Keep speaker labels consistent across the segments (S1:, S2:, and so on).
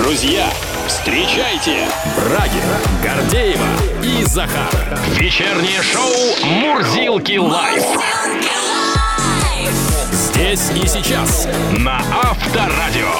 S1: Друзья, встречайте Брагина, Гордеева и Захар. Вечернее шоу «Мурзилки лайф». Здесь и сейчас на Авторадио.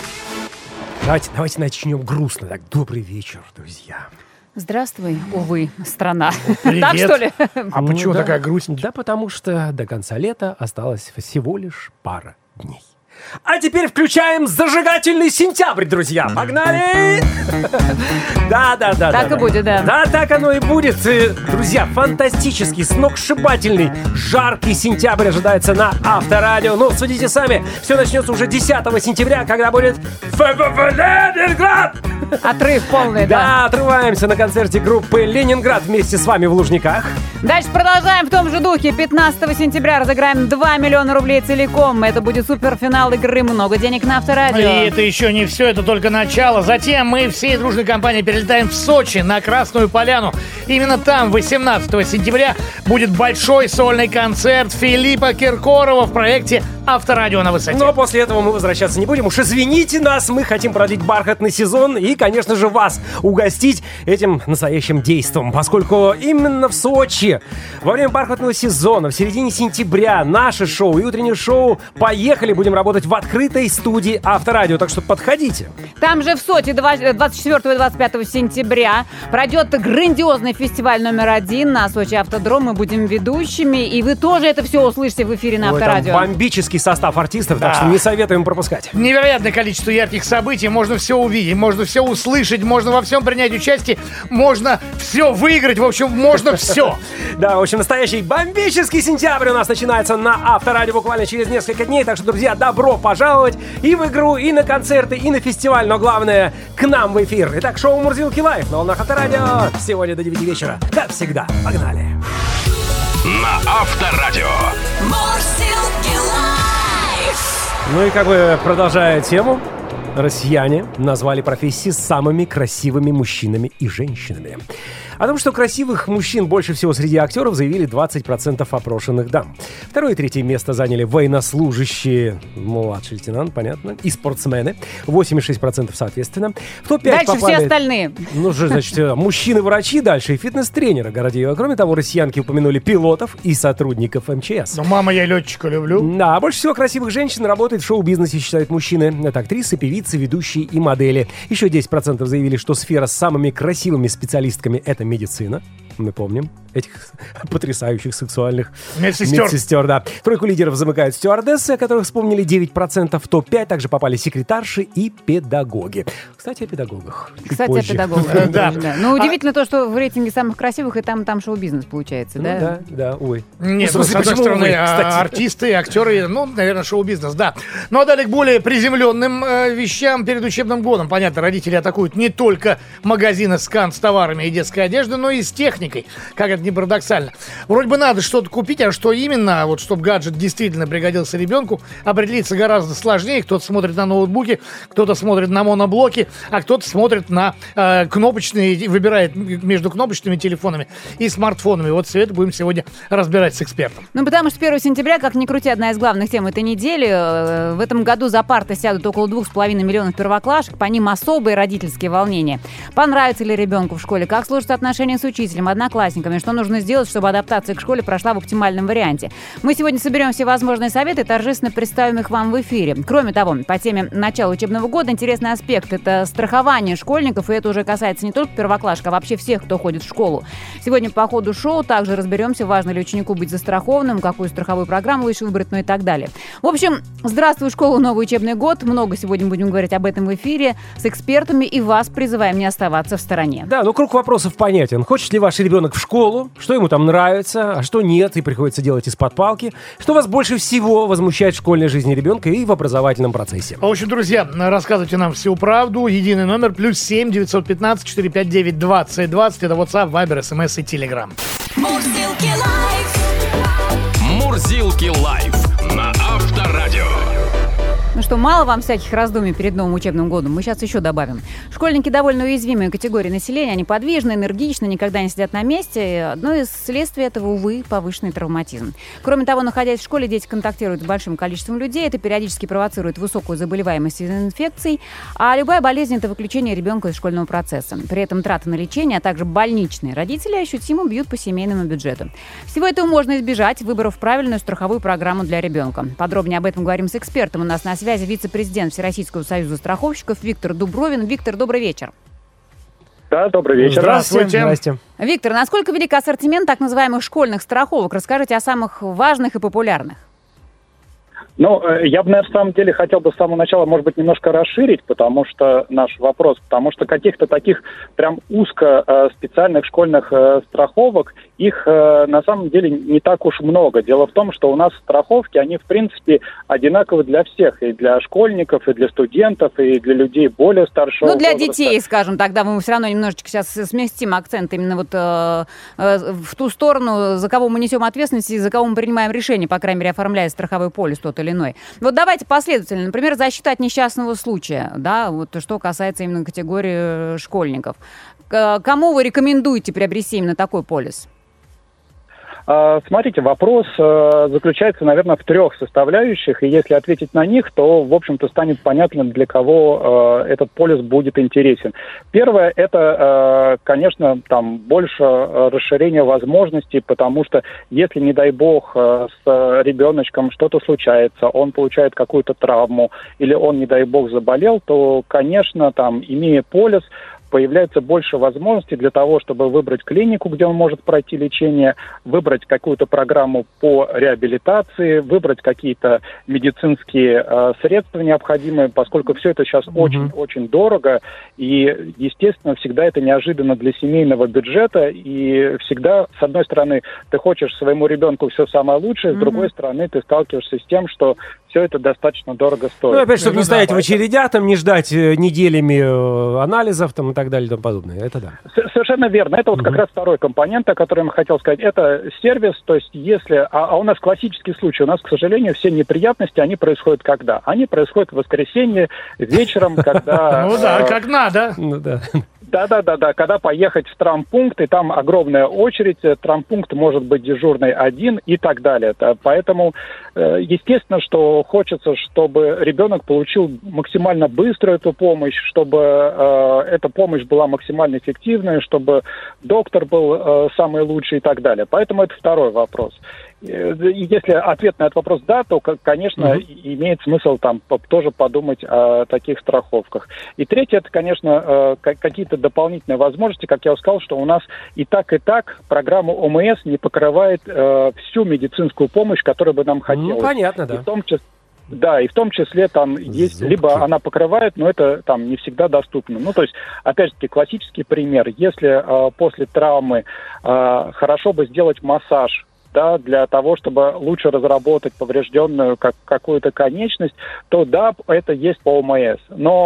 S2: Давайте начнем грустно. Так, добрый вечер, друзья.
S3: Здравствуй, увы, страна.
S4: Привет.
S3: Так, что ли?
S4: А почему такая грусть?
S2: Да потому что до конца лета осталось всего лишь пара дней. А теперь включаем зажигательный сентябрь, друзья. Погнали! Да.
S3: Так и будет, да.
S2: Да, так оно и будет. Друзья, фантастический, сногсшибательный, жаркий сентябрь ожидается на Авторадио. Ну, судите сами, все начнется уже 10 сентября, когда будет Ленинград.
S3: Отрыв полный, да.
S2: Да, отрываемся на концерте группы «Ленинград» вместе с вами в Лужниках.
S3: Дальше продолжаем в том же духе. 15 сентября разыграем 2 миллиона рублей целиком. Это будет суперфинал игры «Много денег» на Авторадио.
S4: И это еще не все, это только начало. Затем мы всей дружной компанией перелетаем в Сочи на Красную Поляну. Именно там 18 сентября будет большой сольный концерт Филиппа Киркорова в проекте «Авторадио на высоте».
S2: Но после этого мы возвращаться не будем. Уж извините нас, мы хотим продлить бархатный сезон и, конечно же, вас угостить этим настоящим действом. Поскольку именно в Сочи во время бархатного сезона, в середине сентября, наше шоу и утреннее шоу «Поехали» будем работать в открытой студии Авторадио. Так что подходите.
S3: Там же в Сочи 24 и 25 сентября пройдет грандиозный фестиваль номер 1 на Сочи Автодром. Мы будем ведущими, и вы тоже это все услышите в эфире на Авторадио.
S2: Там бомбический состав артистов, так что не советуем пропускать.
S4: Невероятное количество ярких событий. Можно все увидеть, можно все услышать, можно во всем принять участие, можно все выиграть. В общем, можно все.
S2: Да, в общем, настоящий бомбический сентябрь у нас начинается на Авторадио буквально через несколько дней. Так что, друзья, добро пожаловать и в игру, и на концерты, и на фестиваль. Но главное, к нам в эфир. Итак, шоу «Мурзилки лайф» на волнах Авторадио. Сегодня до 9 вечера. Как всегда. Погнали.
S1: На Авторадио.
S5: Мурзилки лайф.
S2: Ну и как бы продолжая тему, россияне назвали профессии самыми красивыми мужчинами и женщинами. О том, что красивых мужчин больше всего среди актеров, заявили 20% опрошенных дам. Второе и третье место заняли военнослужащие, младший лейтенант, понятно, и спортсмены, 8,6% соответственно. В топ-5
S3: Дальше
S2: попали,
S3: все остальные.
S2: Ну, значит, мужчины-врачи, дальше и фитнес-тренеры Гордеева. Кроме того, россиянки упомянули пилотов и сотрудников МЧС.
S4: Ну, мама, я летчика люблю.
S2: Да, больше всего красивых женщин работает в шоу-бизнесе, считают мужчины. Это актрисы, певицы, ведущие и модели. Еще 10% заявили, что сфера с самыми красивыми специалистками — это медицина. Мы помним этих потрясающих сексуальных медсестер. Да. Тройку лидеров замыкают стюардессы, о которых вспомнили 9%. В топ-5 также попали секретарши и педагоги. Кстати, о педагогах.
S3: Кстати, о педагогах. Да. Ну, удивительно то, что в рейтинге самых красивых и там шоу-бизнес получается, да?
S2: Да, ой.
S4: Нет, с одной стороны, артисты, актеры, ну, наверное, шоу-бизнес, да. Ну, а далее к более приземленным вещам перед учебным годом. Понятно, родители атакуют не только магазины «Скан» с товарами и детской одеждой, но и с техникой. Как это не парадоксально. Вроде бы надо что-то купить, а что именно, вот чтобы гаджет действительно пригодился ребенку, определиться гораздо сложнее. Кто-то смотрит на ноутбуки, кто-то смотрит на моноблоки, а кто-то смотрит на кнопочные, выбирает между кнопочными телефонами и смартфонами. Вот все это будем сегодня разбирать с экспертом.
S3: Ну, потому что 1 сентября, как ни крути, одна из главных тем этой недели. В этом году за парты сядут около 2,5 миллионов первоклашек. По ним особые родительские волнения. Понравится ли ребенку в школе? Как сложатся отношения с учителем, одноклассниками? Что нужно сделать, чтобы адаптация к школе прошла в оптимальном варианте? Мы сегодня соберем все возможные советы и торжественно представим их вам в эфире. Кроме того, по теме начала учебного года интересный аспект – это страхование школьников, и это уже касается не только первоклашек, а вообще всех, кто ходит в школу. Сегодня по ходу шоу также разберемся, важно ли ученику быть застрахованным, какую страховую программу лучше выбрать, ну и так далее. В общем, здравствуй, школа, новый учебный год. Много сегодня будем говорить об этом в эфире с экспертами, и вас призываем не оставаться в стороне.
S2: Да, ну круг вопросов понятен. Хочет ли ваш ребенок в школу? Что ему там нравится? А что нет? И приходится делать из-под палки? Что вас больше всего возмущает в школьной жизни ребенка и в образовательном процессе?
S4: В общем, друзья, рассказывайте нам всю правду. Единый номер +7 915 459 20 20. Это WhatsApp, Viber, SMS и Telegram.
S5: Мурзилки лайф.
S1: Мурзилки лайф на Авторадио.
S3: Ну что, что мало вам всяких раздумий перед новым учебным годом, мы сейчас еще добавим. Школьники довольно уязвимые категории населения, они подвижны, энергичны, никогда не сидят на месте. И одно из следствий этого, увы, повышенный травматизм. Кроме того, находясь в школе, дети контактируют с большим количеством людей, это периодически провоцирует высокую заболеваемость инфекций, а любая болезнь – это выключение ребенка из школьного процесса. При этом траты на лечение, а также больничные родители ощутимо бьют по семейному бюджету. Всего этого можно избежать, выбрав правильную страховую программу для ребенка. Подробнее об этом говорим с экспертом. У нас на связи вице-президент Всероссийского союза страховщиков Виктор Дубровин. Виктор, добрый вечер.
S6: Да, добрый вечер.
S2: Здравствуйте. Здрасте.
S3: Виктор, насколько велик ассортимент так называемых школьных страховок? Расскажите о самых важных и популярных.
S6: Ну, я бы, на самом деле, хотел бы с самого начала, может быть, немножко расширить, потому что наш вопрос, потому что каких-то таких прям узко специальных школьных страховок, их на самом деле не так уж много. Дело в том, что у нас страховки, они, в принципе, одинаковы для всех, и для школьников, и для студентов, и для людей более старшего возраста.
S3: Ну, для детей, скажем, тогда мы все равно немножечко сейчас сместим акцент именно вот в ту сторону, за кого мы несем ответственность и за кого мы принимаем решение, по крайней мере, оформляя страховой полис тот или иной. Вот давайте последовательно. Например, защита от несчастного случая, да, вот что касается именно категории школьников. Кому вы рекомендуете приобрести именно такой полис?
S6: Смотрите, вопрос заключается, наверное, в 3 составляющих, и если ответить на них, то, в общем-то, станет понятно, для кого этот полис будет интересен. Первое – это, конечно, там больше расширение возможностей, потому что если, не дай бог, с ребеночком что-то случается, он получает какую-то травму, или он, не дай бог, заболел, то, конечно, там, имея полис, появляется больше возможностей для того, чтобы выбрать клинику, где он может пройти лечение, выбрать какую-то программу по реабилитации, выбрать какие-то медицинские средства необходимые, поскольку все это сейчас очень-очень дорого, и, естественно, всегда это неожиданно для семейного бюджета, и всегда, с одной стороны, ты хочешь своему ребенку все самое лучшее, с другой стороны, ты сталкиваешься с тем, что все это достаточно дорого стоит.
S2: Ну, опять, чтобы не стоять в очередях, там, не ждать неделями анализов, там, и так далее, и тому подобное. Это да.
S6: Совершенно верно. Это вот как раз второй компонент, о котором я хотел сказать. Это сервис, то есть если... А у нас классический случай. У нас, к сожалению, все неприятности, они происходят когда? Они происходят в воскресенье вечером, когда...
S4: Ну да, как надо.
S2: Ну да.
S6: Да, когда поехать в травмпункт, и там огромная очередь, травмпункт может быть дежурный один и так далее. Поэтому, естественно, что хочется, чтобы ребенок получил максимально быстро эту помощь, чтобы эта помощь была максимально эффективной, чтобы доктор был самый лучший и так далее. Поэтому это второй вопрос. Если ответ на этот вопрос да, то, конечно, имеет смысл там тоже подумать о таких страховках. И третье, это, конечно, какие-то дополнительные возможности. Как я уже сказал, что у нас и так программа ОМС не покрывает всю медицинскую помощь, которую бы нам хотелось.
S2: Ну, понятно, да.
S6: И в том числе... Да, и в том числе там есть, либо она покрывает, но это там не всегда доступно. Ну, то есть, опять-таки, классический пример. Если после травмы хорошо бы сделать массаж, да, для того, чтобы лучше разработать поврежденную какую-то конечность, то да, это есть по ОМС.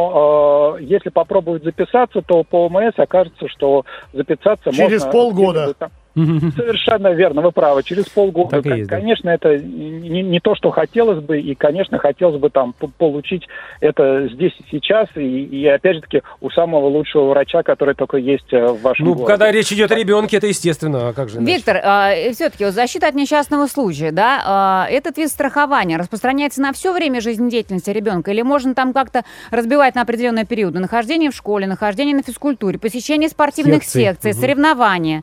S6: Но если попробовать записаться, то по ОМС окажется, что записаться можно...
S4: Через полгода.
S6: Совершенно верно, вы правы. Через полгода, конечно, это не то, что хотелось бы, и, конечно, хотелось бы там получить это здесь и сейчас, и опять же таки, у самого лучшего врача, который только есть в вашем городе.
S2: Ну, когда речь идет о ребенке, это естественно, а как же иначе?
S3: Виктор, все-таки вот защита от несчастного случая, да, этот вид страхования распространяется на все время жизнедеятельности ребенка, или можно там как-то разбивать на определенные периоды? Нахождение в школе, нахождение на физкультуре, посещение спортивных секций, соревнования?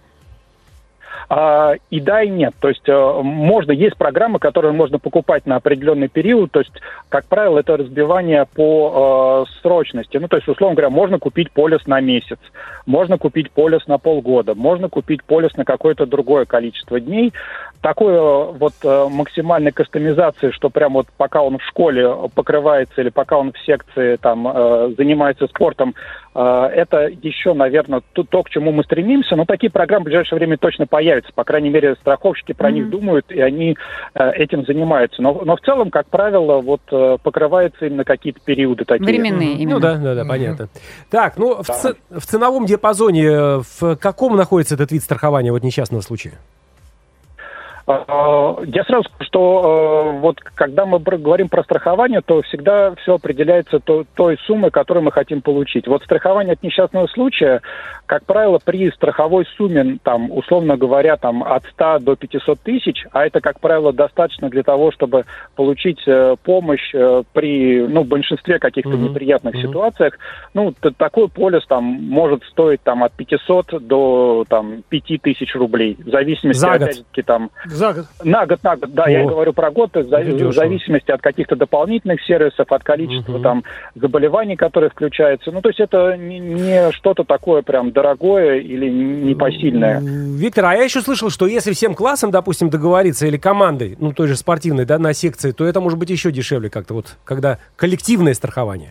S6: И да, и нет. То есть есть программы, которые можно покупать на определенный период. То есть, как правило, это разбивание по срочности. Ну, то есть, условно говоря, можно купить полис на месяц, можно купить полис на полгода, можно купить полис на какое-то другое количество дней. Такой вот максимальной кастомизации, что прям вот пока он в школе покрывается или пока он в секции там занимается спортом, это еще, наверное, то, к чему мы стремимся. Но такие программы в ближайшее время точно появятся. По крайней мере, страховщики про них думают, и они этим занимаются. Но в целом, как правило, вот покрывается именно какие-то периоды такие.
S3: Временные именно.
S2: Ну да, понятно. Так, ну в ценовом диапазоне в каком находится этот вид страхования вот несчастного случая?
S6: Я сразу скажу, что вот когда мы говорим про страхование, то всегда все определяется той суммой, которую мы хотим получить. Вот страхование от несчастного случая, как правило, при страховой сумме, там, условно говоря, там, от 100 до 500 тысяч, а это, как правило, достаточно для того, чтобы получить помощь при большинстве каких-то неприятных ситуациях, такой полис там, может стоить там, от 500 до там, 5000 рублей, в зависимости, опять-таки, там...
S4: За год?
S6: На год, да, я говорю про год, то есть в зависимости от каких-то дополнительных сервисов, от количества там заболеваний, которые включаются. То есть это не что-то такое прям дорогое или непосильное.
S2: Виктор, а я еще слышал, что если всем классом, допустим, договориться или командой, той же спортивной, да, на секции, то это может быть еще дешевле как-то, вот, когда коллективное страхование.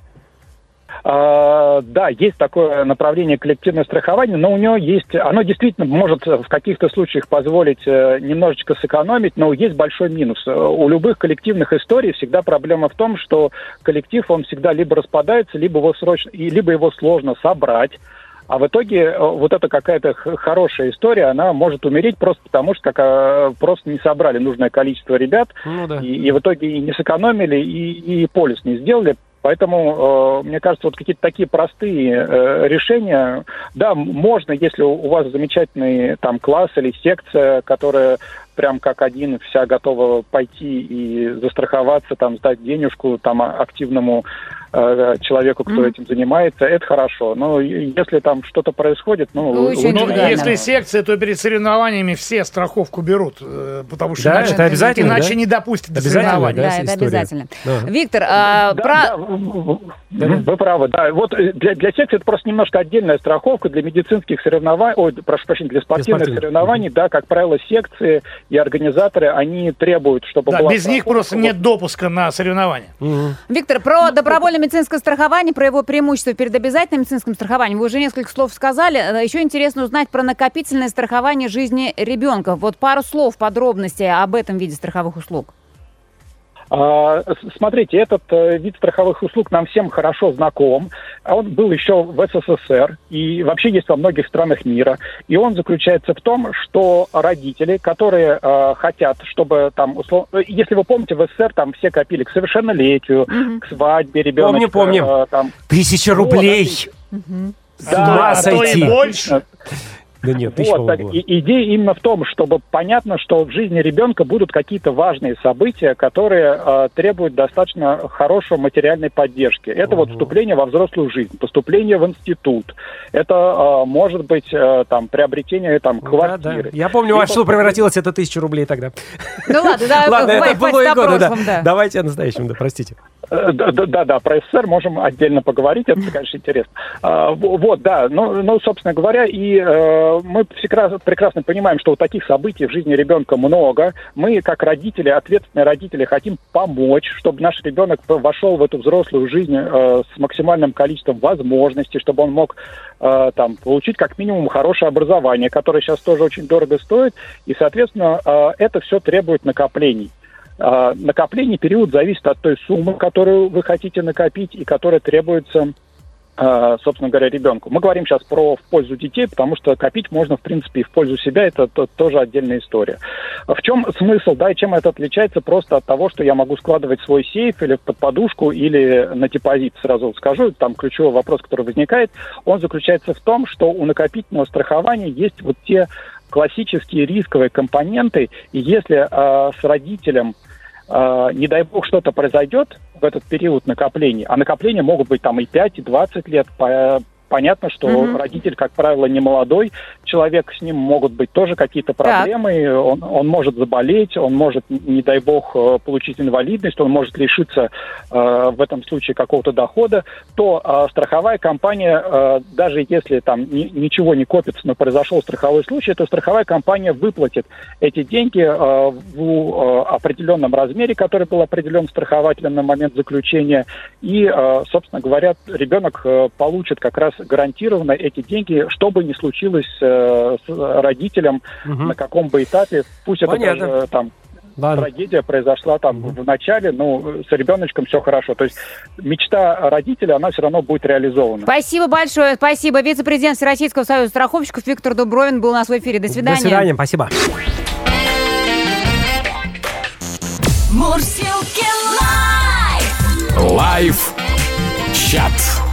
S6: Да, есть такое направление коллективное страхование, но у него есть, оно действительно может в каких-то случаях позволить немножечко сэкономить, но есть большой минус. У любых коллективных историй всегда проблема в том, что коллектив, он всегда либо распадается, либо его сложно собрать. А в итоге вот эта какая-то хорошая история, она может умереть просто потому, что просто не собрали нужное количество ребят, и в итоге и не сэкономили, и полис не сделали. Поэтому, мне кажется, вот какие-то такие простые решения, да, можно, если у вас замечательный там класс или секция, которая прям как один вся готова пойти и застраховаться, там, сдать денежку там активному человеку, кто этим занимается, это хорошо. Но если там что-то происходит,
S4: если секция, то перед соревнованиями все страховку берут, потому что иначе не допустят до соревнований.
S3: Да, это обязательно.
S2: Да.
S3: Виктор,
S6: вы правы, да. Вот для секции это просто немножко отдельная страховка для медицинских соревнований, для спортивных соревнований, да, как правило, секции и организаторы, они требуют, чтобы была
S4: без них просто нет допуска на соревнования.
S3: Виктор, про добровольное медицинское страхование, про его преимущества перед обязательным медицинским страхованием вы уже несколько слов сказали. Еще интересно узнать про накопительное страхование жизни ребенка. Вот пару слов, подробностей об этом виде страховых услуг.
S6: Смотрите, этот вид страховых услуг нам всем хорошо знаком. Он был еще в СССР и вообще есть во многих странах мира. И он заключается в том, что родители, которые хотят, чтобы там, если вы помните, в СССР там все копили к совершеннолетию, к свадьбе ребенка.
S2: Помним. 1000 рублей.
S6: Да,
S4: а то и больше.
S2: Да нет,
S6: идея именно в том, чтобы понятно, что в жизни ребенка будут какие-то важные события, которые требуют достаточно хорошей материальной поддержки. Это вот вступление во взрослую жизнь, поступление в институт. Это может быть там приобретение там квартиры.
S2: Да. Я помню, во что превратилось это 1000 рублей тогда.
S3: Ну ладно,
S2: это было и годы, да. Давайте о настоящем, да, простите.
S6: Да, про СССР можем отдельно поговорить, это, конечно, интересно. Собственно говоря, и мы прекрасно понимаем, что вот таких событий в жизни ребенка много. Мы, как родители, ответственные родители, хотим помочь, чтобы наш ребенок вошел в эту взрослую жизнь с максимальным количеством возможностей, чтобы он мог получить как минимум хорошее образование, которое сейчас тоже очень дорого стоит, и, соответственно, это все требует накоплений. Накопление период зависит от той суммы, которую вы хотите накопить и которая требуется, собственно говоря, ребенку. Мы говорим сейчас в пользу детей, потому что копить можно, в принципе, и в пользу себя. Это тоже отдельная история. В чем смысл, да, и чем это отличается просто от того, что я могу складывать в свой сейф или под подушку, или на депозит, сразу скажу. Там ключевой вопрос, который возникает, он заключается в том, что у накопительного страхования есть вот те классические рисковые компоненты, и если с родителем, не дай бог, что-то произойдет в этот период накопления, а накопления могут быть там и 5, и 20 лет, понятно, что родитель, как правило, не молодой человек, с ним могут быть тоже какие-то проблемы, он может заболеть, он может, не дай бог, получить инвалидность, он может лишиться в этом случае какого-то дохода, то страховая компания, даже если там ничего не копится, но произошел страховой случай, то страховая компания выплатит эти деньги в определенном размере, который был определен страхователем на момент заключения, и, собственно говоря, ребенок получит как раз гарантированно эти деньги, что бы ни случилось с родителем, на каком бы этапе, пусть это даже там трагедия произошла там в начале, с ребеночком все хорошо. То есть мечта родителя, она все равно будет реализована.
S3: Спасибо большое, спасибо. Вице-президент Всероссийского союза страховщиков Виктор Дубровин был у нас в эфире. До свидания.
S2: До свидания, спасибо.
S5: Мурзилки лайф.
S1: Лайф-чат.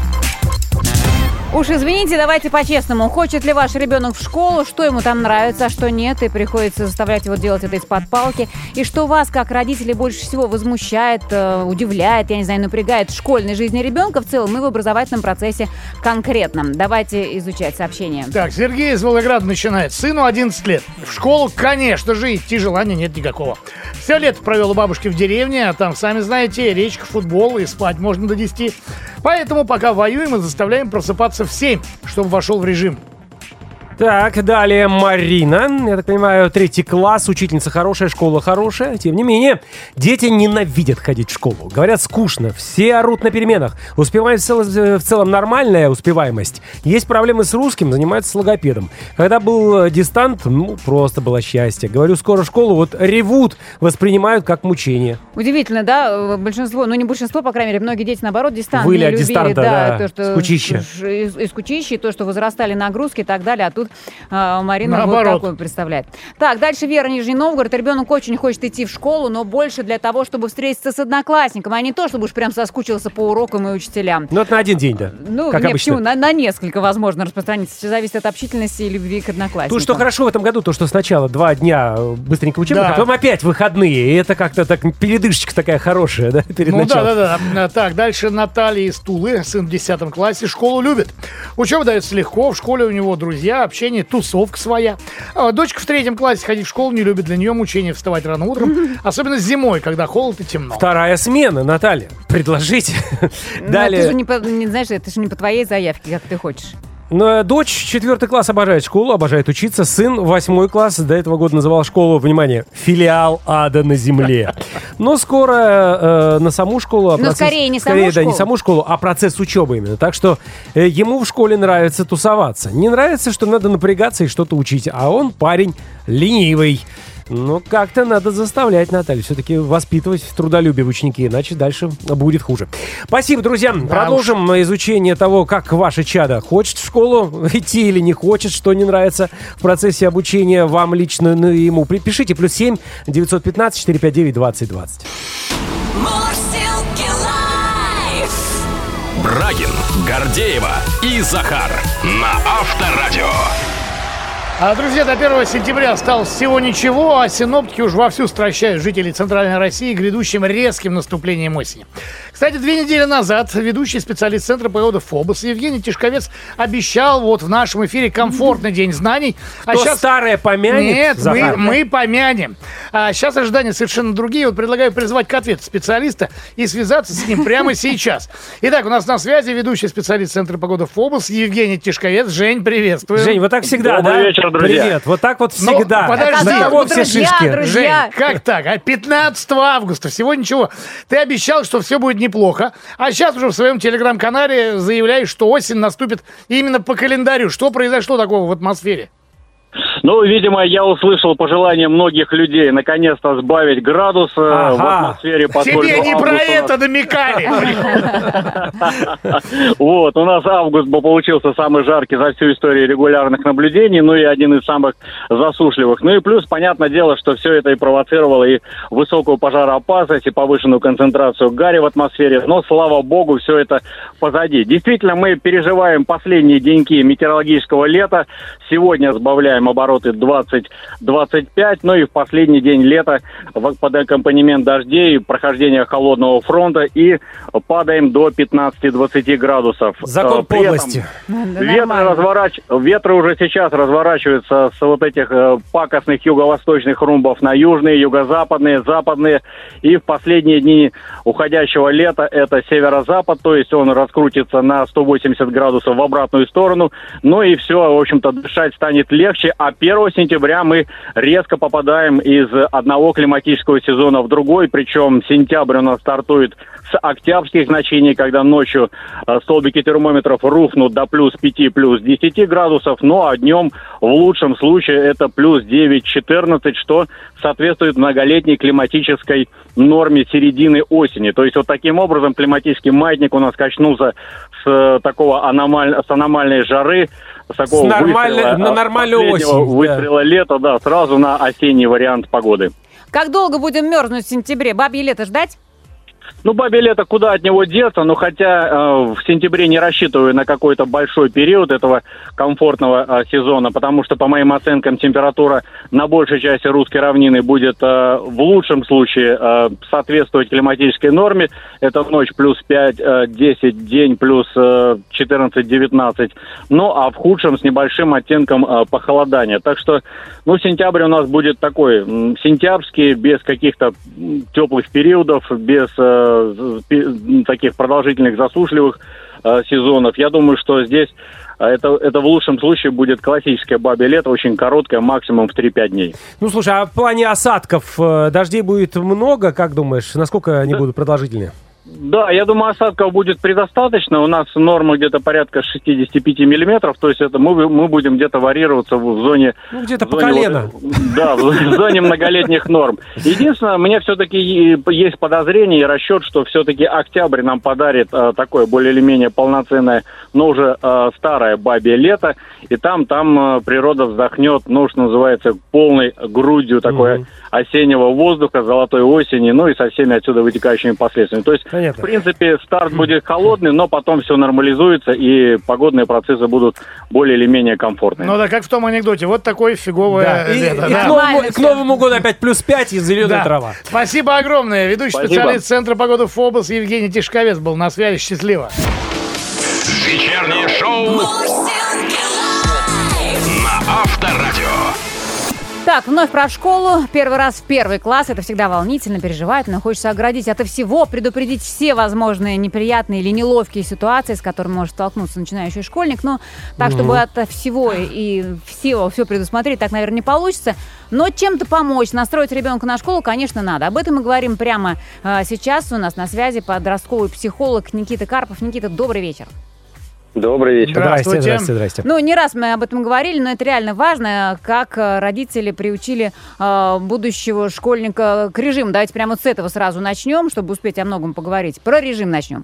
S3: Уж извините, давайте по-честному. Хочет ли ваш ребенок в школу, что ему там нравится, а что нет, и приходится заставлять его делать это из-под палки. И что вас, как родителей, больше всего возмущает, удивляет, я не знаю, напрягает в школьной жизни ребенка в целом и в образовательном процессе конкретном. Давайте изучать сообщение.
S4: Так, Сергей из Волгограда начинает. Сыну 11 лет. В школу, конечно же, идти желания нет никакого. Все лето провел у бабушки в деревне, а там, сами знаете, речка, футбол и спать можно до 10. Поэтому пока воюем и заставляем просыпаться в 7, чтобы вошел в режим.
S2: Так, далее Марина. Я так понимаю, 3 класс, учительница хорошая, школа хорошая. Тем не менее, дети ненавидят ходить в школу. Говорят, скучно, все орут на переменах. Успеваем в целом нормальная успеваемость. Есть проблемы с русским, занимаются с логопедом. Когда был дистант, просто было счастье. Говорю, скоро в школу, вот ревут, воспринимают как мучение.
S3: Удивительно, да? Большинство, не большинство, по крайней мере, многие дети, наоборот, дистант
S2: Выли
S3: не
S2: от
S3: любили.
S2: дистанта, да,
S3: то, что
S2: скучище.
S3: Из скучища, то, что возрастали нагрузки и так далее. А тут Марина
S4: Наоборот.
S3: вот такое представляет. Так, дальше Вера, Нижний Новгород. Ребенок очень хочет идти в школу, но больше для того, чтобы встретиться с одноклассником, а не то, чтобы уж прям соскучился по урокам и учителям.
S2: Ну, это на один день, да. Как
S3: нет,
S2: обычно.
S3: почему? На несколько, возможно, распространиться. Все зависит от общительности и любви к одноклассникам.
S2: Тут что хорошо в этом году, то, что сначала 2 дня быстренько учебник,
S4: Да.
S2: а потом опять выходные. И это как-то так передышечка такая хорошая, да, перед началом.
S4: Да. Так, дальше Наталья из Тулы, сын в 10 классе, школу любит. Учеба дается легко, в школе у него друзья, общение, тусовка своя. Дочка в 3 классе ходить в школу не любит, для нее мучение вставать рано утром, особенно зимой, когда холод и темно.
S2: 2 смена, Наталья. Предложите.
S3: Ну,
S2: Далее.
S3: это же знаешь, это же не по твоей заявке, как ты хочешь.
S2: Дочь 4 класс обожает школу, обожает учиться. Сын 8 класс до этого года называл школу, внимание, филиал ада на земле. Но скоро на саму школу...
S3: скорее не саму
S2: да, не
S3: школу.
S2: саму школу, а процесс учебы именно. Так что ему в школе нравится тусоваться. Не нравится, что надо напрягаться и что-то учить. А он парень ленивый. Ну, как-то надо заставлять, Наталью, все-таки воспитывать трудолюбие в ученике, иначе дальше будет хуже. Спасибо, друзья. Продолжим изучение того, как ваше чадо хочет в школу идти или не хочет, что не нравится в процессе обучения вам лично ему. Пишите +7 915 459 2020.
S5: Мурзилки лайф.
S1: Брагин, Гордеева и Захар на Авторадио.
S4: Друзья, до 1 сентября осталось всего ничего, а синоптики уж вовсю стращают жителей Центральной России грядущим резким наступлением осени. Кстати, 2 недели назад ведущий специалист Центра погоды ФОБОС Евгений Тишковец обещал вот в нашем эфире комфортный день знаний. А
S2: Кто старое помянет?
S4: Нет,
S2: Захар?
S4: мы помянем. А сейчас ожидания совершенно другие. Вот предлагаю призвать к ответу специалиста и связаться с ним прямо сейчас. Итак, у нас на связи ведущий специалист Центра погоды ФОБОС Евгений Тишковец. Жень, приветствую.
S2: Жень, вот так всегда,
S7: Добрый
S2: да?
S7: вечер, друзья.
S2: Привет. Вот так вот
S4: Ну,
S2: всегда.
S4: подожди.
S2: На кого
S3: Друзья,
S2: все шишки?
S3: друзья.
S4: Жень, как так? 15 августа, всего ничего. Ты обещал, что все будет неплохо, а сейчас уже в своем телеграм-канале заявляешь, что осень наступит именно по календарю. Что произошло такого в атмосфере?
S7: Ну, видимо, я услышал пожелание многих людей наконец-то сбавить градус в атмосфере.
S4: Тебе не про это намекали.
S7: Вот, у нас август бы получился самый жаркий за всю историю регулярных наблюдений, ну и один из самых засушливых. Ну и плюс, понятное дело, что все это и провоцировало и высокую пожароопасность, и повышенную концентрацию гари в атмосфере, но, слава богу, все это позади. Действительно, мы переживаем последние деньки метеорологического лета. Сегодня сбавляем обороты 20-25, ну и в последний день лета под аккомпанемент дождей, прохождения холодного фронта и падаем до 15-20 градусов.
S2: Закон
S7: При этом
S2: подлости.
S7: ветры уже сейчас разворачиваются с вот этих пакостных юго-восточных румбов на южные, юго-западные, западные. И в последние дни уходящего лета это северо-запад, то есть он раскрутится на 180 градусов в обратную сторону. Ну и все, в общем-то, дышать станет легче. А 1 сентября мы резко попадаем из одного климатического сезона в другой. Причем сентябрь у нас стартует с октябрьских значений, когда ночью столбики термометров рухнут до +5, +10 градусов. Ну а днем в лучшем случае это +9-14, что соответствует многолетней климатической норме середины осени. То есть вот таким образом климатический маятник у нас качнулся с такого аномальной жары, с такого
S2: на нормальную осень.
S7: выстрела лета, да, сразу на осенний вариант погоды.
S3: Как долго будем мерзнуть в сентябре? Бабье лето ждать?
S7: Ну, бабье лето, куда от него деться? Ну, хотя в сентябре не рассчитываю на какой-то большой период этого комфортного сезона, потому что, по моим оценкам, температура на большей части русской равнины будет в лучшем случае соответствовать климатической норме. Это ночь плюс 5-10, день плюс 14-19. Ну, а в худшем с небольшим оттенком похолодания. Так что, ну, сентябрь у нас будет такой сентябрьский, без каких-то теплых периодов, без таких продолжительных засушливых сезонов. Я думаю, что здесь это в лучшем случае будет классическое бабье лето, очень короткое, максимум в 3-5 дней.
S2: Ну, слушай, а в плане осадков дождей будет много, как думаешь? Насколько они будут продолжительные?
S7: Да, я думаю, осадков будет предостаточно. У нас норма где-то порядка 65 миллиметров. То есть это мы будем где-то варьироваться в зоне...
S2: Ну, где-то по колено.
S7: Да, в зоне многолетних норм. Единственное, у меня все-таки есть подозрение и расчет, что все-таки октябрь нам подарит такое более или менее полноценное, но уже старое бабье лето. И там природа вздохнет, ну, что называется, полной грудью такой осеннего воздуха, золотой осени, ну и со всеми отсюда вытекающими последствиями. То есть,
S2: понятно.
S7: В принципе, старт будет холодный, но потом все нормализуется, и погодные процессы будут более или менее комфортные.
S4: Ну да, как в том анекдоте. Вот такое фиговое лето.
S2: И к Новому году опять плюс 5 и зеленая трава.
S4: Спасибо огромное. Ведущий специалист Центра погоды ФОБОС Евгений Тишковец был на связи. Счастливо.
S1: Вечернее шоу на Авторадио.
S3: Так, вновь про школу. Первый раз в первый класс. Это всегда волнительно, переживательно. Хочется оградить ото всего, предупредить все возможные неприятные или неловкие ситуации, с которыми может столкнуться начинающий школьник. Но так, чтобы ото всего и все предусмотреть, так, наверное, не получится. Но чем-то помочь, настроить ребенка на школу, конечно, надо. Об этом мы говорим прямо сейчас. У нас на связи подростковый психолог Никита Карпов. Никита, добрый вечер.
S8: Добрый вечер.
S2: Здрасте.
S3: Ну, не раз мы об этом говорили, но это реально важно, как родители приучили будущего школьника к режиму. Давайте прямо с этого сразу начнем, чтобы успеть о многом поговорить. Про режим начнем.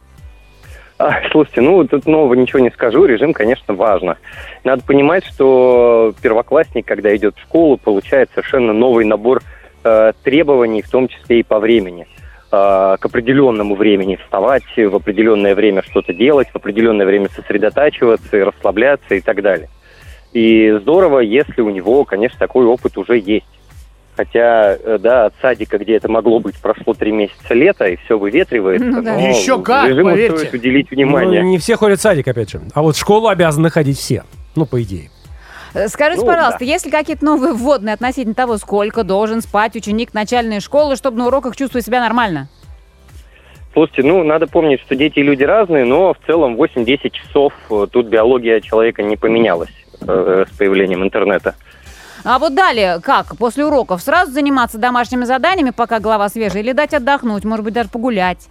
S8: Слушайте, ну, тут нового ничего не скажу. Режим, конечно, важно. Надо понимать, что первоклассник, когда идет в школу, получает совершенно новый набор требований, в том числе и по времени. К определенному времени вставать, в определенное время что-то делать, в определенное время сосредотачиваться и расслабляться и так далее. И здорово, если у него, конечно, такой опыт уже есть. Хотя, да, от садика, где это могло быть, прошло 3 месяца лета, и все выветривается.
S3: Ну, да.
S8: Но
S4: Еще как,
S8: режиму
S4: поверьте.
S8: стоит уделить внимание.
S2: Ну, не все ходят в садик, опять же. А вот в школу обязаны ходить все. Ну, по идее.
S3: Скажите, пожалуйста, есть ли какие-то новые вводные относительно того, сколько должен спать ученик начальной школы, чтобы на уроках чувствовать себя нормально?
S8: Слушайте, ну, надо помнить, что дети и люди разные, но в целом 8-10 часов тут биология человека не поменялась с появлением интернета.
S3: А вот далее, как? После уроков сразу заниматься домашними заданиями, пока голова свежая, или дать отдохнуть, может быть, даже погулять?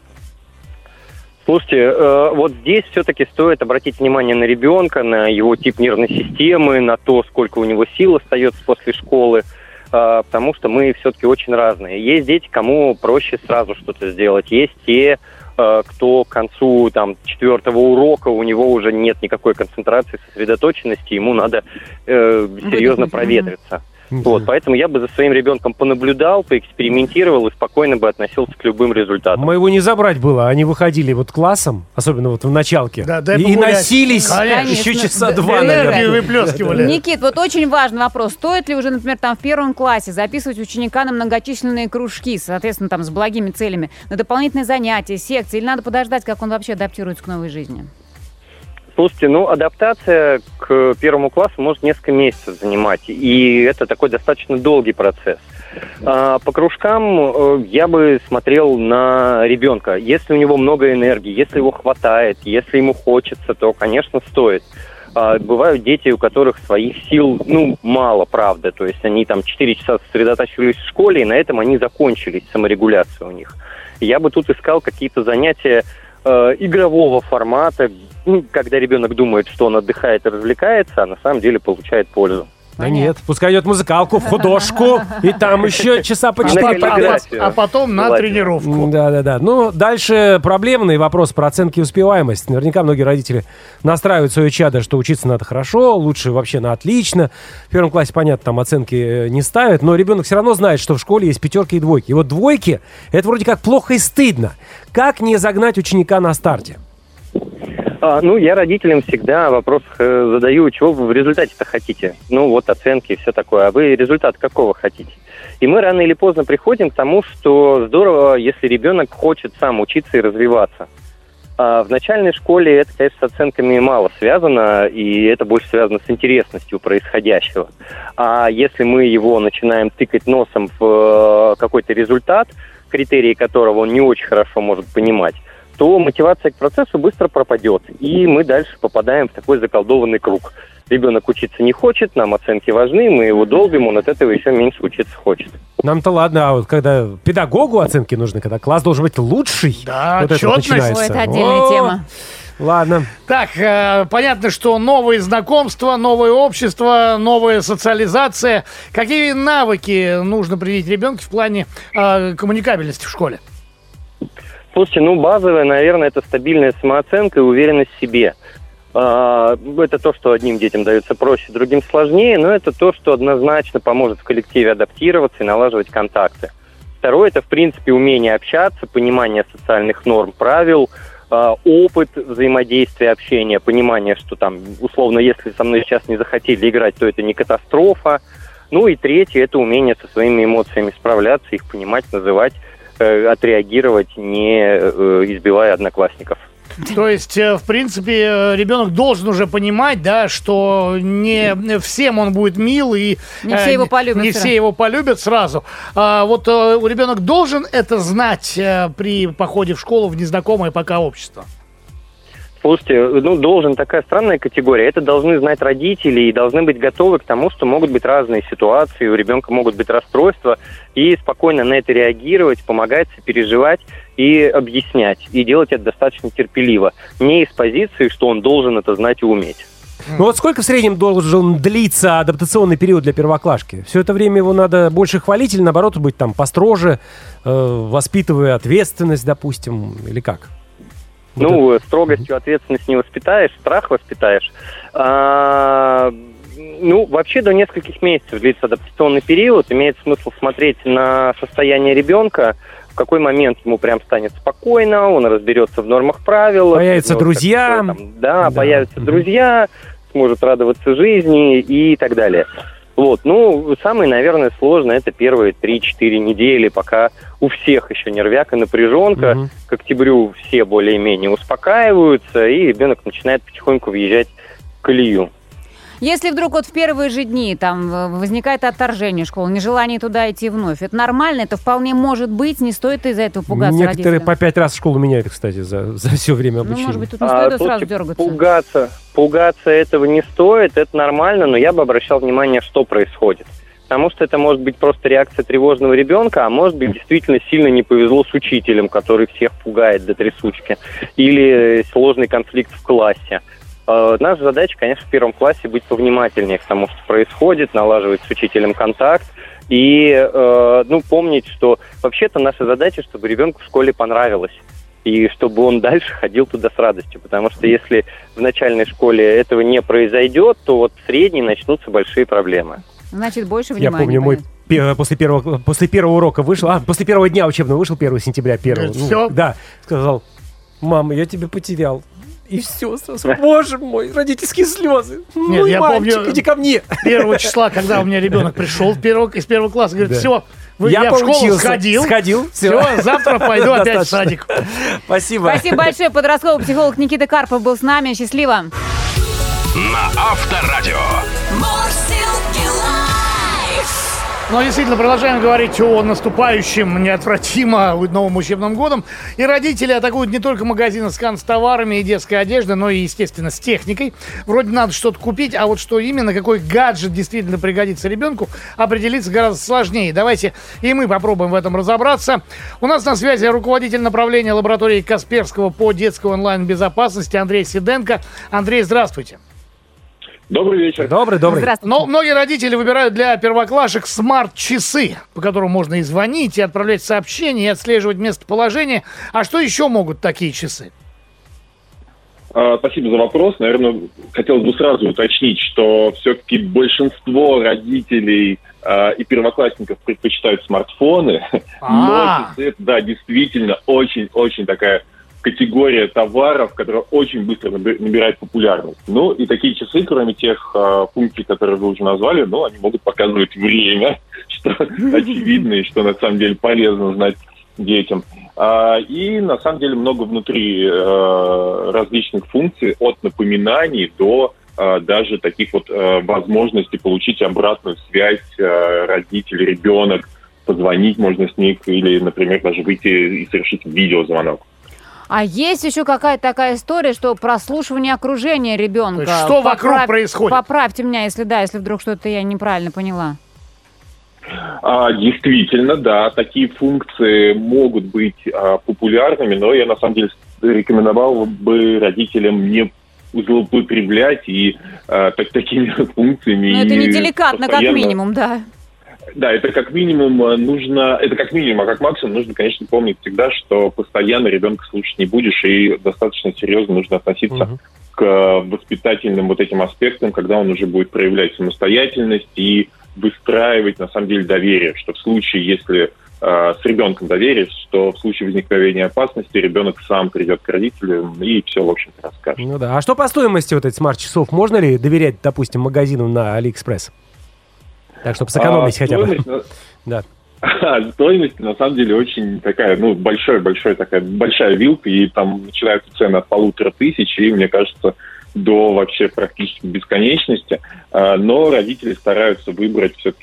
S8: Слушайте, вот здесь все-таки стоит обратить внимание на ребенка, на его тип нервной системы, на то, сколько у него сил остается после школы, потому что мы все-таки очень разные. Есть дети, кому проще сразу что-то сделать, есть те, кто к концу 4-го урока, у него уже нет никакой концентрации, сосредоточенности, ему надо серьезно проветриться. Вот, поэтому я бы за своим ребенком понаблюдал, поэкспериментировал и спокойно бы относился к любым результатам.
S2: Моего не забрать было. Они выходили вот классом, особенно вот в началке,
S4: Да, дай
S2: и
S4: погулять.
S2: носились
S3: Конечно.
S2: еще часа
S3: Да,
S2: 2,
S4: Энергию
S2: наверное.
S4: выплескивали.
S3: Никит, вот очень важный вопрос. Стоит ли уже, например, в первом классе записывать ученика на многочисленные кружки, соответственно, с благими целями, на дополнительные занятия, секции, или надо подождать, как он вообще адаптируется к новой жизни?
S8: Слушайте, адаптация к 1 классу может несколько месяцев занимать, и это такой достаточно долгий процесс. По кружкам я бы смотрел на ребенка. Если у него много энергии, если его хватает, если ему хочется, то, конечно, стоит. Бывают дети, у которых своих сил, мало, правда. То есть они 4 часа сосредотачивались в школе, и на этом они закончились, саморегуляция у них. Я бы тут искал какие-то занятия игрового формата, когда ребенок думает, что он отдыхает и развлекается, а на самом деле получает пользу.
S2: Да нет, пускай идет в музыкалку, в художку, и там еще часа по 4
S4: А потом на тренировку.
S2: Да. Ну, дальше проблемный вопрос про оценки и успеваемость. Наверняка многие родители настраивают свое чадо, что учиться надо хорошо, лучше вообще на отлично. В первом классе, понятно, там оценки не ставят, но ребенок все равно знает, что в школе есть пятерки и двойки. И вот двойки — это вроде как плохо и стыдно. Как не загнать ученика на старте?
S8: Я родителям всегда вопрос задаю, чего вы в результате-то хотите. Вот оценки и все такое. А вы результат какого хотите? И мы рано или поздно приходим к тому, что здорово, если ребенок хочет сам учиться и развиваться. В начальной школе это, конечно, с оценками мало связано, и это больше связано с интересностью происходящего. А если мы его начинаем тыкать носом в какой-то результат, критерии которого он не очень хорошо может понимать, то мотивация к процессу быстро пропадет, и мы дальше попадаем в такой заколдованный круг. Ребенок учиться не хочет, нам оценки важны, мы его долбим, он от этого еще меньше учиться хочет.
S2: Нам-то ладно, а вот когда педагогу оценки нужны, когда класс должен быть лучший,
S4: да,
S2: вот это вот начинается.
S3: Это отдельная тема.
S2: Ладно.
S4: Так, понятно, что новые знакомства, новое общество, новая социализация. Какие навыки нужно привить ребенку в плане коммуникабельности в школе?
S8: Слушайте, базовое, наверное, это стабильная самооценка и уверенность в себе. Это то, что одним детям дается проще, другим сложнее, но это то, что однозначно поможет в коллективе адаптироваться и налаживать контакты. Второе – это, в принципе, умение общаться, понимание социальных норм, правил, опыт взаимодействия, общения, понимание, что там, условно, если со мной сейчас не захотели играть, то это не катастрофа. И третье – это умение со своими эмоциями справляться, их понимать, называть, отреагировать, не избивая одноклассников.
S4: То есть, в принципе, ребенок должен уже понимать, да, что не всем он будет мил и
S3: не все его полюбят.
S4: Не все его полюбят сразу. Ребенок должен это знать при походе в школу в незнакомое пока общество.
S8: Слушайте, должен — такая странная категория. Это должны знать родители и должны быть готовы к тому, что могут быть разные ситуации, у ребенка могут быть расстройства, и спокойно на это реагировать, помогать, сопереживать и объяснять. И делать это достаточно терпеливо. Не из позиции, что он должен это знать и уметь.
S2: Вот сколько в среднем должен длиться адаптационный период для первоклашки? Все это время его надо больше хвалить или, наоборот, быть там построже, воспитывая ответственность, допустим, или как?
S8: Строгостью ответственность не воспитаешь, страх воспитаешь. Вообще до нескольких месяцев длится адаптационный период. Имеет смысл смотреть на состояние ребенка, в какой момент ему прям станет спокойно, он разберется в нормах правил.
S2: Появятся друзья.
S8: Появятся друзья, сможет радоваться жизни и так далее. Самое, наверное, сложное — это первые 3-4 недели, пока у всех еще нервяк и напряженка. К октябрю все более-менее успокаиваются, и ребенок начинает потихоньку въезжать в колею.
S3: Если вдруг в первые же дни там возникает отторжение школы, нежелание туда идти вновь, это нормально, это вполне может быть, не стоит из-за этого пугаться
S2: Некоторые
S3: родителям.
S2: по 5 раз школу меняют, кстати, за все время обучения.
S3: Может быть, тут не стоит сразу дергаться.
S8: Пугаться этого не стоит, это нормально, но я бы обращал внимание, что происходит. Потому что это может быть просто реакция тревожного ребенка, а может быть действительно сильно не повезло с учителем, который всех пугает до трясучки, или сложный конфликт в классе. Наша задача, конечно, в первом классе быть повнимательнее к тому, что происходит, налаживать с учителем контакт и помнить, что вообще-то наша задача, чтобы ребенку в школе понравилось. И чтобы он дальше ходил туда с радостью. Потому что если в начальной школе этого не произойдет, то в средней начнутся большие проблемы.
S3: Значит, больше внимания.
S2: Я помню, после первого урока вышел, после первого дня учебного вышел 1 сентября.
S4: Все?
S2: Да, сказал: мама, я тебя потерял. И все сразу. Боже мой, родительские слезы.
S4: Нет, я помню,
S2: иди ко мне.
S4: 1 числа, когда у меня ребенок пришел из первого класса, говорит: все, я в школу сходил. Все, завтра пойду опять в садик.
S2: Спасибо.
S3: Спасибо большое. Подростковый психолог Никита Карпов был с нами. Счастливо.
S1: На Авторадио.
S4: Но действительно, продолжаем говорить о наступающем неотвратимо новом учебном годом. И родители атакуют не только магазины с канцтоварами и детской одеждой, но и, естественно, с техникой. Вроде надо что-то купить, а вот что именно, какой гаджет действительно пригодится ребенку, определиться гораздо сложнее. Давайте и мы попробуем в этом разобраться. У нас на связи руководитель направления лаборатории Касперского по детской онлайн-безопасности Андрей Сиденко. Андрей, здравствуйте.
S9: Добрый вечер.
S2: Добрый.
S3: Здравствуйте.
S4: Но многие родители выбирают для первоклашек смарт-часы, по которым можно и звонить, и отправлять сообщения, и отслеживать местоположение. А что еще могут такие часы?
S9: Спасибо за вопрос. Наверное, хотелось бы сразу уточнить, что все-таки большинство родителей и первоклассников предпочитают смартфоны. Но часы, да, действительно очень-очень такая категория товаров, которая очень быстро набирает популярность. Ну, и такие часы, кроме тех функций, которые вы уже назвали, они могут показывать время, что очевидно и что на самом деле полезно знать детям. И на самом деле много внутри различных функций, от напоминаний до даже таких вот возможностей получить обратную связь родитель, ребенок, позвонить можно с них или, например, даже выйти и совершить видеозвонок.
S3: А есть еще какая-то такая история, что прослушивание окружения ребенка.
S4: То есть что вокруг происходит?
S3: Поправьте меня, если вдруг что-то я неправильно поняла.
S9: Действительно, да, такие функции могут быть популярными, но я на самом деле рекомендовал бы родителям не злоупотреблять и такими функциями.
S3: Но это не деликатно, как минимум, да.
S9: Да, это как минимум а как максимум нужно, конечно, помнить всегда, что постоянно ребенка слушать не будешь, и достаточно серьезно нужно относиться к воспитательным вот этим аспектам, когда он уже будет проявлять самостоятельность и выстраивать, на самом деле, доверие, что в случае, если с ребенком доверие, что в случае возникновения опасности ребенок сам придет к родителям и все, в общем-то, расскажет.
S2: Ну да. А что по стоимости вот этих смарт-часов? Можно ли доверять, допустим, магазинам на Алиэкспресс? Так, чтобы сэкономить хотя бы. Да.
S9: Стоимость, на самом деле, очень такая, большая вилка, и там начинаются цены от 1500, и, мне кажется, до вообще практически бесконечности. Но родители стараются выбрать все-таки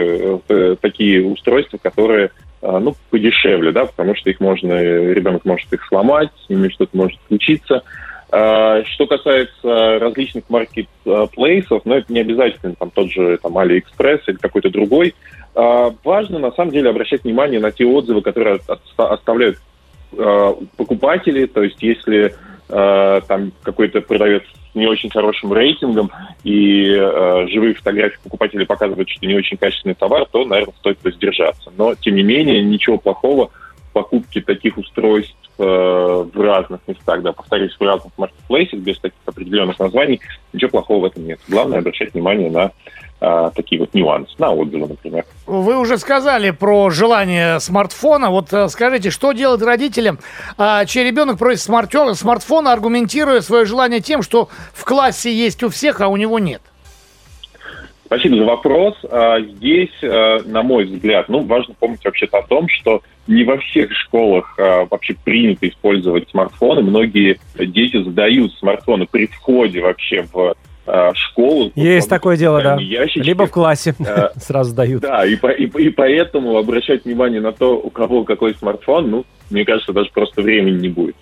S9: такие устройства, которые, подешевле, да, потому что ребенок может их сломать, с ними что-то может случиться. Что касается различных маркетплейсов, это не обязательно тот же Алиэкспресс или какой-то другой. Важно, на самом деле, обращать внимание на те отзывы, которые оставляют покупатели. То есть, если там какой-то продавец с не очень хорошим рейтингом и живые фотографии покупателей показывают, что не очень качественный товар, то, наверное, стоит воздержаться. Но, тем не менее, ничего плохого в покупке таких устройств в разных местах, да, повторюсь, в разных маркетплейсах, без таких определенных названий, ничего плохого в этом нет. Главное обращать внимание на такие вот нюансы, на отзывы, например.
S4: Вы уже сказали про желание смартфона. Вот скажите, что делать родителям, чей ребенок просит смартфона, аргументируя свое желание тем, что в классе есть у всех, а у него нет?
S9: Спасибо за вопрос. Здесь, на мой взгляд, важно помнить вообще-то о том, что не во всех школах вообще принято использовать смартфоны. Многие дети задают смартфоны при входе вообще в школу.
S2: Есть такое дело, да.
S9: Ящички.
S2: Либо в классе сразу дают.
S9: Да, и поэтому обращать внимание на то, у кого какой смартфон, мне кажется, даже просто времени не будет.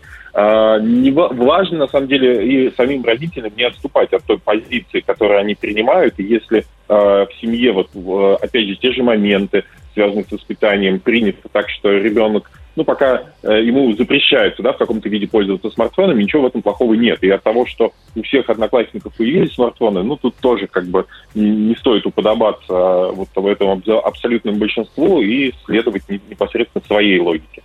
S9: Важно, на самом деле, и самим родителям не отступать от той позиции, которую они принимают. И если в семье, опять же, те же моменты, связанные с воспитанием, принято так, что ребенок, пока ему запрещается, в каком-то виде пользоваться смартфоном, ничего в этом плохого нет. И от того, что у всех одноклассников появились смартфоны, тут тоже не стоит уподобаться этому абсолютному большинству и следовать непосредственно своей логике.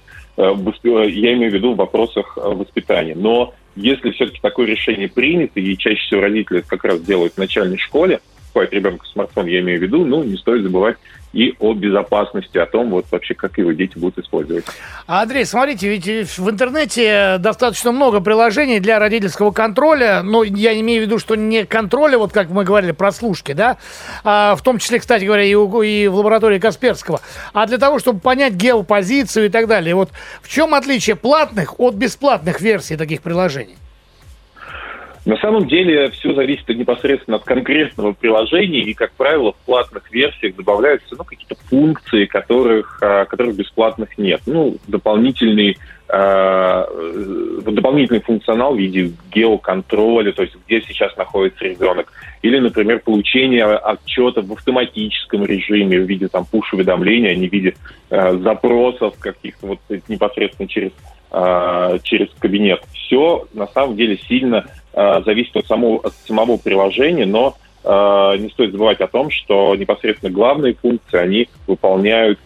S9: Я имею в виду в вопросах воспитания. Но если все-таки такое решение принято, и чаще всего родители это как раз делают в начальной школе, покупают ребенку смартфон, я имею в виду, не стоит забывать и о безопасности, о том, вообще, как его дети будут использовать.
S4: Андрей, смотрите, ведь в интернете достаточно много приложений для родительского контроля, но я имею в виду, что не контроля, как мы говорили, прослушки, да, в том числе, кстати говоря, и в лаборатории Касперского, а для того, чтобы понять геопозицию и так далее. В чем отличие платных от бесплатных версий таких приложений?
S9: На самом деле все зависит непосредственно от конкретного приложения, и, как правило, в платных версиях добавляются какие-то функции, которых бесплатных нет. Дополнительный функционал в виде геоконтроля, то есть где сейчас находится ребенок. Или, например, получение отчета в автоматическом режиме в виде пуш-уведомлений, а не в виде запросов каких-то непосредственно через кабинет. Все на самом деле сильно зависит от самого приложения, но не стоит забывать о том, что непосредственно главные функции они выполняют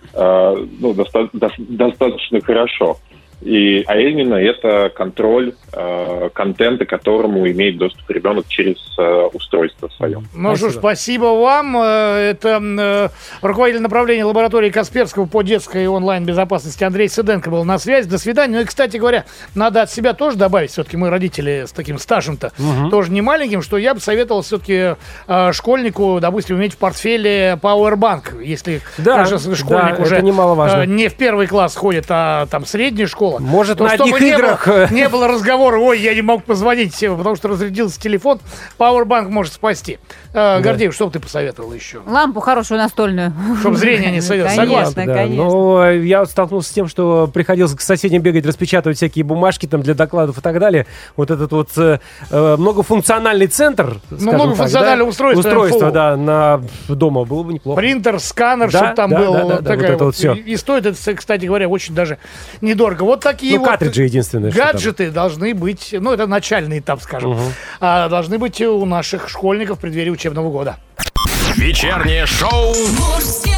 S9: достаточно хорошо. А именно это контроль контента, к которому имеет доступ ребенок через устройство свое.
S4: Ну что ж, спасибо вам. Это руководитель направления лаборатории Касперского по детской и онлайн-безопасности Андрей Сиденко был на связи. До свидания. Ну и, кстати говоря, надо от себя тоже добавить, все-таки мы родители с таким стажем-то тоже не маленьким, что я бы советовал все-таки школьнику, допустим, иметь в портфеле Powerbank, если даже школьник уже не в первый класс ходит, а там средняя школа.
S2: Может, на одних играх...
S4: Не было разговора, ой, я не мог позвонить, потому что разрядился телефон. Powerbank может спасти. Гордеев, что бы ты посоветовал еще?
S3: Лампу хорошую настольную.
S4: Чтобы зрение не садилось.
S3: Согласна, конечно.
S2: Но я столкнулся с тем, что приходилось к соседям бегать, распечатывать всякие бумажки там для докладов и так далее. Вот этот вот многофункциональный центр,
S4: многофункциональное устройство,
S2: на дома было бы неплохо.
S4: Принтер, сканер, чтобы там был такая вот. И стоит это, кстати говоря, очень даже недорого. Вот такие вот
S2: картриджи единственное,
S4: гаджеты должны быть, это начальный этап, скажем, должны быть у наших школьников в преддверии учебного года.
S1: Вечернее шоу